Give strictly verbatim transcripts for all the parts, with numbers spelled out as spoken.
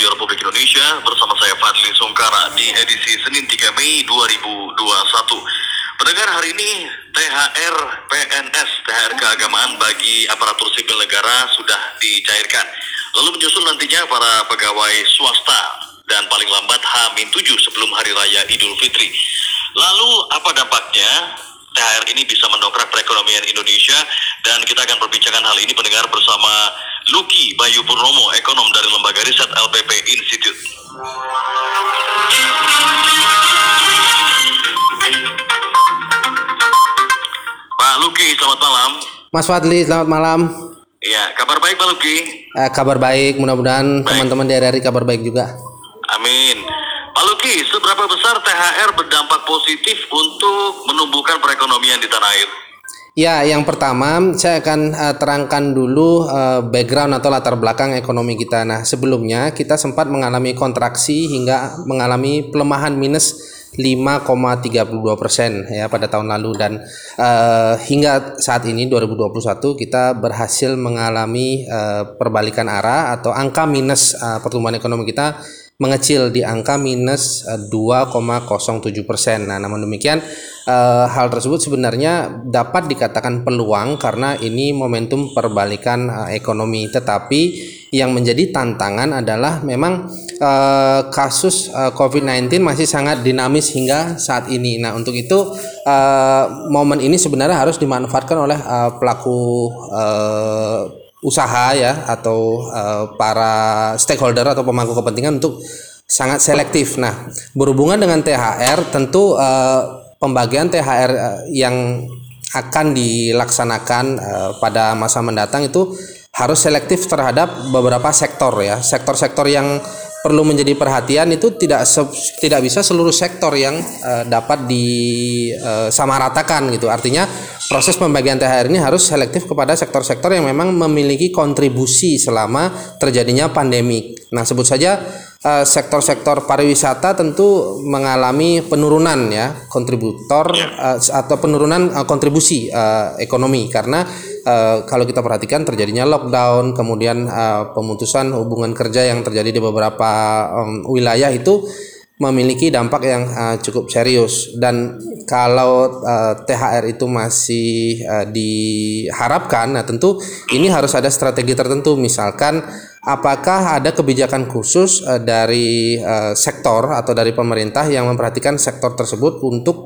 Radio Republik Indonesia bersama saya Fadli Sungkara di edisi Senin tiga Mei dua ribu dua puluh satu. Pendengar, hari ini T H R P N S, T H R keagamaan bagi aparatur sipil negara sudah dicairkan. Lalu menyusul nantinya para pegawai swasta dan paling lambat H tujuh sebelum Hari Raya Idul Fitri. Lalu apa dampaknya? T H R ini bisa mendongkrak perekonomian Indonesia, dan kita akan berbincangkan hal ini pendengar bersama Lucky Bayu Purnomo, ekonom dari lembaga riset L P P Institute. Pak Lucky, selamat malam. Mas Fadli, selamat malam. Ya, kabar baik Pak Lucky? Eh, kabar baik, mudah-mudahan baik. Teman-teman di R R I kabar baik juga. Amin. Pak Lucky, seberapa besar T H R berdampak positif untuk menumbuhkan perekonomian di tanah air? Ya, yang pertama saya akan uh, terangkan dulu uh, background atau latar belakang ekonomi kita. Nah, sebelumnya kita sempat mengalami kontraksi hingga mengalami pelemahan minus lima koma tiga dua persen ya pada tahun lalu, dan uh, hingga saat ini dua ribu dua puluh satu kita berhasil mengalami uh, perbalikan arah atau angka minus uh, pertumbuhan ekonomi kita mengecil di angka minus dua koma nol tujuh persen. Nah, namun demikian uh, hal tersebut sebenarnya dapat dikatakan peluang karena ini momentum perbalikan uh, ekonomi. Tetapi yang menjadi tantangan adalah memang uh, kasus uh, covid sembilan belas masih sangat dinamis hingga saat ini. Nah, untuk itu uh, momen ini sebenarnya harus dimanfaatkan oleh uh, pelaku uh, usaha ya atau uh, para stakeholder atau pemangku kepentingan untuk sangat selektif. Nah, berhubungan dengan T H R, tentu uh, pembagian T H R uh, yang akan dilaksanakan uh, pada masa mendatang itu harus selektif terhadap beberapa sektor ya. Sektor-sektor yang perlu menjadi perhatian itu tidak se- tidak bisa seluruh sektor yang uh, dapat disamaratakan uh, gitu. Artinya proses pembagian T H R ini harus selektif kepada sektor-sektor yang memang memiliki kontribusi selama terjadinya pandemi. Nah, sebut saja uh, sektor-sektor pariwisata tentu mengalami penurunan ya kontributor uh, atau penurunan uh, kontribusi uh, ekonomi karena uh, kalau kita perhatikan terjadinya lockdown, kemudian uh, pemutusan hubungan kerja yang terjadi di beberapa um, wilayah itu memiliki dampak yang uh, cukup serius. Dan kalau uh, T H R itu masih uh, diharapkan, nah tentu ini harus ada strategi tertentu. Misalkan apakah ada kebijakan khusus uh, dari uh, sektor atau dari pemerintah yang memperhatikan sektor tersebut untuk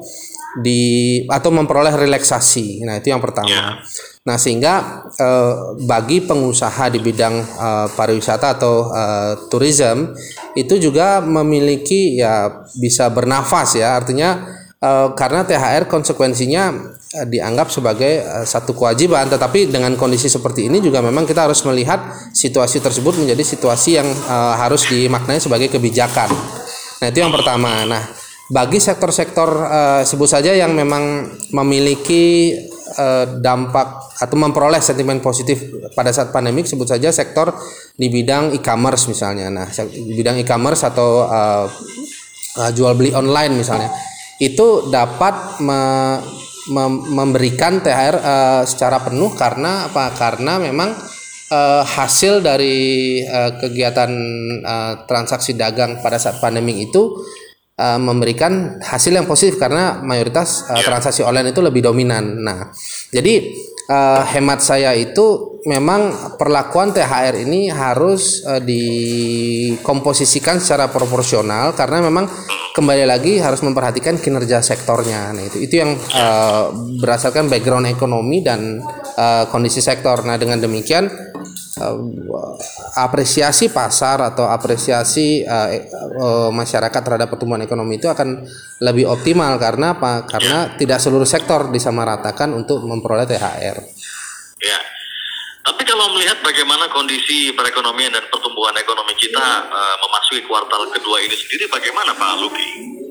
di atau memperoleh relaksasi. Nah, itu yang pertama. Nah, sehingga eh, bagi pengusaha di bidang eh, pariwisata atau eh, tourism itu juga memiliki ya bisa bernafas ya, artinya eh, karena T H R konsekuensinya eh, dianggap sebagai eh, satu kewajiban, tetapi dengan kondisi seperti ini juga memang kita harus melihat situasi tersebut menjadi situasi yang eh, harus dimaknai sebagai kebijakan. Nah, itu yang pertama. Nah, bagi sektor-sektor uh, sebut saja yang memang memiliki uh, dampak atau memperoleh sentimen positif pada saat pandemik, sebut saja sektor di bidang e-commerce misalnya. Nah, di bidang e-commerce atau uh, uh, jual beli online misalnya, itu dapat me- mem- memberikan T H R uh, secara penuh karena apa? Karena memang uh, hasil dari uh, kegiatan uh, transaksi dagang pada saat pandemik itu Uh, memberikan hasil yang positif karena mayoritas uh, transaksi online itu lebih dominan. Nah, jadi uh, hemat saya itu memang perlakuan T H R ini harus uh, dikomposisikan secara proporsional karena memang kembali lagi harus memperhatikan kinerja sektornya. Nah, itu itu yang uh, berdasarkan background ekonomi dan uh, kondisi sektor. Nah, dengan demikian uh, apresiasi pasar atau apresiasi uh, uh, masyarakat terhadap pertumbuhan ekonomi itu akan lebih optimal karena apa? Karena tidak seluruh sektor disamaratakan untuk memperoleh T H R. Ya. Tapi kalau melihat bagaimana kondisi perekonomian dan pertumbuhan ekonomi kita uh, memasuki kuartal kedua ini sendiri, bagaimana Pak Lucky?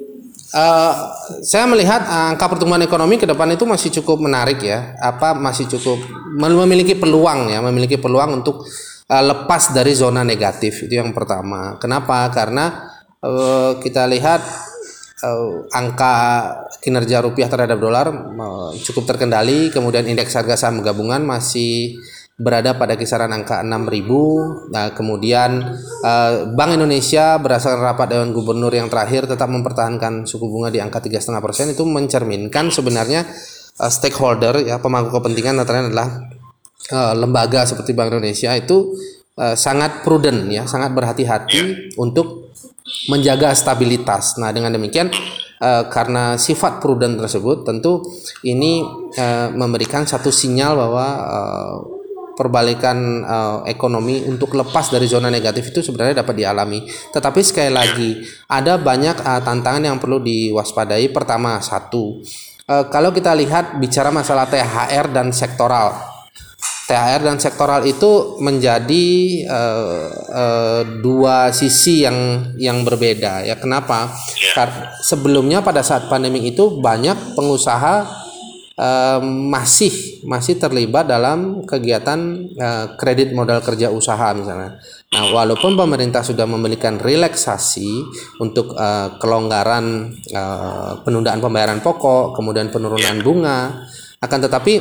Uh, saya melihat angka pertumbuhan ekonomi ke depan itu masih cukup menarik ya. Apa masih cukup memiliki peluang ya, memiliki peluang untuk uh, lepas dari zona negatif. Itu yang pertama. Kenapa? Karena uh, kita lihat uh, angka kinerja rupiah terhadap dolar uh, cukup terkendali, kemudian indeks harga saham gabungan masih berada pada kisaran angka enam ribu. Nah, kemudian uh, Bank Indonesia berdasarkan rapat Dewan Gubernur yang terakhir tetap mempertahankan suku bunga di angka tiga koma lima persen. Itu mencerminkan sebenarnya uh, stakeholder ya pemangku kepentingan antara lain adalah uh, lembaga seperti Bank Indonesia itu uh, sangat prudent ya, sangat berhati-hati untuk menjaga stabilitas. Nah, dengan demikian uh, karena sifat prudent tersebut tentu ini uh, memberikan satu sinyal bahwa uh, perbalikan uh, ekonomi untuk lepas dari zona negatif itu sebenarnya dapat dialami. Tetapi sekali lagi ada banyak uh, tantangan yang perlu diwaspadai. Pertama, satu, uh, kalau kita lihat bicara masalah T H R dan sektoral, T H R dan sektoral itu menjadi uh, uh, dua sisi yang yang berbeda ya. Kenapa? Karena sebelumnya pada saat pandemi itu banyak pengusaha Uh, masih masih terlibat dalam kegiatan uh, kredit modal kerja usaha misalnya. Nah, walaupun pemerintah sudah memberikan relaksasi untuk uh, kelonggaran uh, penundaan pembayaran pokok, kemudian penurunan bunga, akan tetapi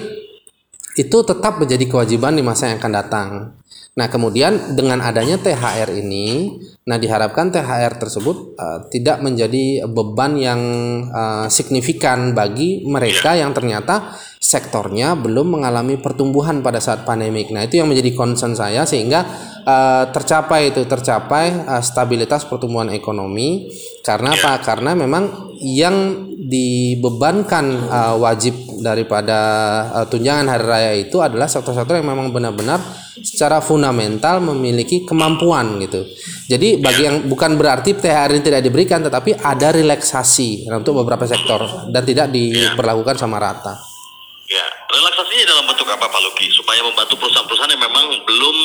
itu tetap menjadi kewajiban di masa yang akan datang. Nah, kemudian dengan adanya T H R ini, nah diharapkan T H R tersebut uh, tidak menjadi beban yang uh, signifikan bagi mereka yang ternyata sektornya belum mengalami pertumbuhan pada saat pandemik. Nah, itu yang menjadi concern saya sehingga uh, tercapai itu tercapai uh, stabilitas pertumbuhan ekonomi. Karena apa? Karena memang yang dibebankan uh, wajib daripada uh, tunjangan hari raya itu adalah sektor-sektor yang memang benar-benar secara fundamental memiliki kemampuan gitu. Jadi bagi yang bukan berarti T H R ini tidak diberikan, tetapi ada relaksasi untuk beberapa sektor dan tidak diperlakukan sama rata. Ya, relaksasinya dalam bentuk apa Pak Luki? Supaya membantu perusahaan-perusahaan yang memang belum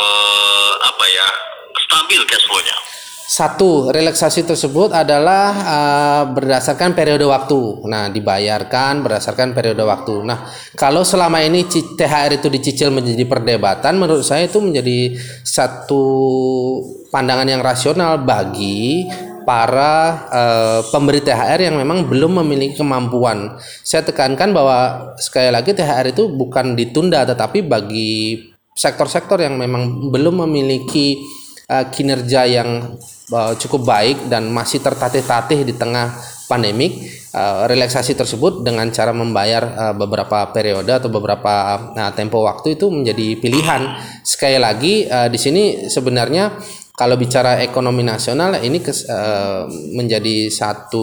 uh, apa ya stabil cash flow-nya. Satu, relaksasi tersebut adalah uh, berdasarkan periode waktu. Nah, dibayarkan berdasarkan periode waktu. Nah, kalau selama ini T H R itu dicicil menjadi perdebatan, menurut saya itu menjadi satu pandangan yang rasional bagi para uh, pemberi T H R yang memang belum memiliki kemampuan. Saya tekankan bahwa sekali lagi T H R itu bukan ditunda, tetapi bagi sektor-sektor yang memang belum memiliki uh, kinerja yang uh, cukup baik dan masih tertatih-tatih di tengah pandemik, uh, relaksasi tersebut dengan cara membayar uh, beberapa periode atau beberapa uh, tempo waktu itu menjadi pilihan. Sekali lagi uh, di sini sebenarnya kalau bicara ekonomi nasional ini kes, uh, menjadi satu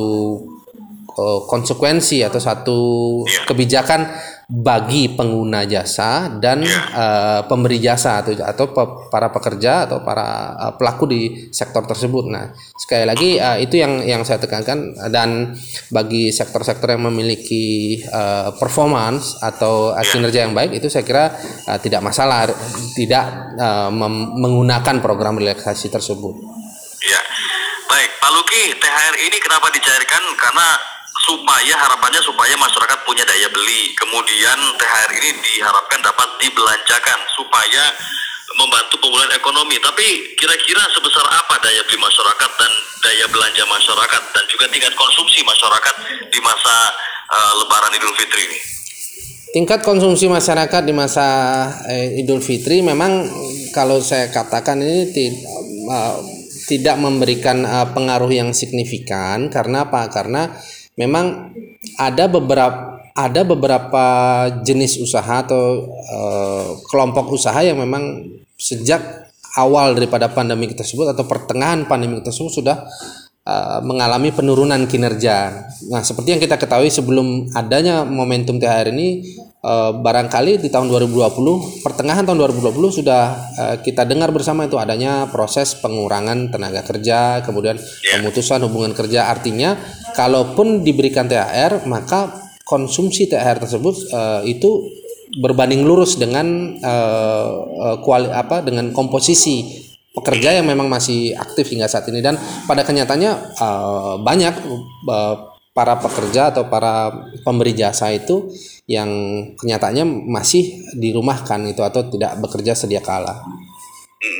uh, konsekuensi atau satu kebijakan bagi pengguna jasa dan uh, pemberi jasa atau atau pe, para pekerja atau para uh, pelaku di sektor tersebut. Nah, sekali lagi uh, itu yang yang saya tekankan, dan bagi sektor-sektor yang memiliki uh, performance atau uh, kinerja yang baik itu saya kira uh, tidak masalah tidak uh, mem- menggunakan program relaksasi tersebut. Ya, baik Pak Luki, T H R ini kenapa dicairkan? Karena supaya harapannya supaya masyarakat punya daya beli. Kemudian T H R ini diharapkan dapat dibelanjakan supaya membantu pemulihan ekonomi. Tapi kira-kira sebesar apa daya beli masyarakat dan daya belanja masyarakat dan juga tingkat konsumsi masyarakat di masa uh, Lebaran Idul Fitri ini? Tingkat konsumsi masyarakat di masa eh, Idul Fitri memang kalau saya katakan ini tidak uh, tidak memberikan uh, pengaruh yang signifikan. Karena apa? Karena memang ada beberapa ada beberapa jenis usaha atau uh, kelompok usaha yang memang sejak awal daripada pandemi tersebut atau pertengahan pandemi tersebut sudah uh, mengalami penurunan kinerja. Nah, seperti yang kita ketahui sebelum adanya momentum T H R ini, uh, barangkali di tahun dua ribu dua puluh, pertengahan tahun dua ribu dua puluh sudah uh, kita dengar bersama itu adanya proses pengurangan tenaga kerja, kemudian pemutusan hubungan kerja. Artinya kalaupun diberikan T H R, maka konsumsi T H R tersebut uh, itu berbanding lurus dengan uh, uh, kuali, apa dengan komposisi pekerja yang memang masih aktif hingga saat ini. Dan pada kenyataannya uh, banyak uh, para pekerja atau para pemberi jasa itu yang kenyataannya masih dirumahkan itu atau tidak bekerja sedia kala. Hmm.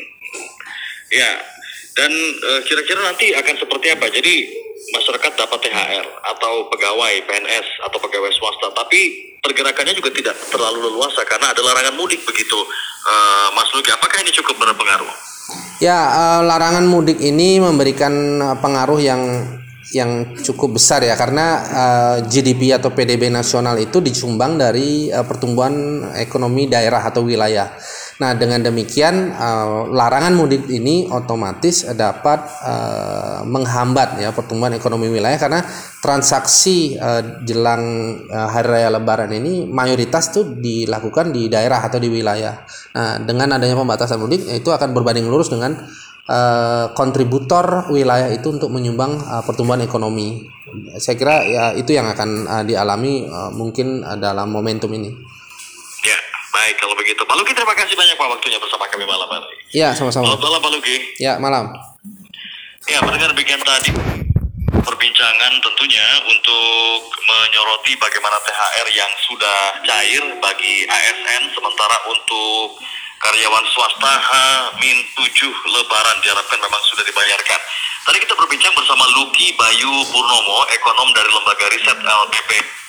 Ya, dan uh, kira-kira nanti akan seperti apa? Jadi masyarakat dapat T H R atau pegawai P N S atau pegawai swasta, tapi pergerakannya juga tidak terlalu leluasa karena ada larangan mudik begitu Uh, Mas Luki, apakah ini cukup berpengaruh? Ya, uh, larangan mudik ini memberikan uh, pengaruh yang yang cukup besar ya, karena uh, G D P atau P D B nasional itu disumbang dari uh, pertumbuhan ekonomi daerah atau wilayah. Nah, dengan demikian uh, larangan mudik ini otomatis dapat uh, menghambat ya pertumbuhan ekonomi wilayah, karena transaksi uh, jelang uh, hari raya Lebaran ini mayoritas tuh dilakukan di daerah atau di wilayah. Nah, dengan adanya pembatasan mudik itu akan berbanding lurus dengan uh, kontributor wilayah itu untuk menyumbang uh, pertumbuhan ekonomi. Saya kira ya itu yang akan uh, dialami uh, mungkin uh, dalam momentum ini. Ya, baik kalau begitu. Pak Luki, terima kasih banyak Pak waktunya bersama kami malam hari. Ya, sama-sama. Selamat malam Pak Luki. Ya, malam. Ya, mendengar demikian tadi perbincangan tentunya untuk menyoroti bagaimana T H R yang sudah cair bagi A S N, sementara untuk karyawan swasta H minus tujuh Lebaran diharapkan memang sudah dibayarkan. Tadi kita berbincang bersama Luki Bayu Purnomo, ekonom dari Lembaga Riset L P P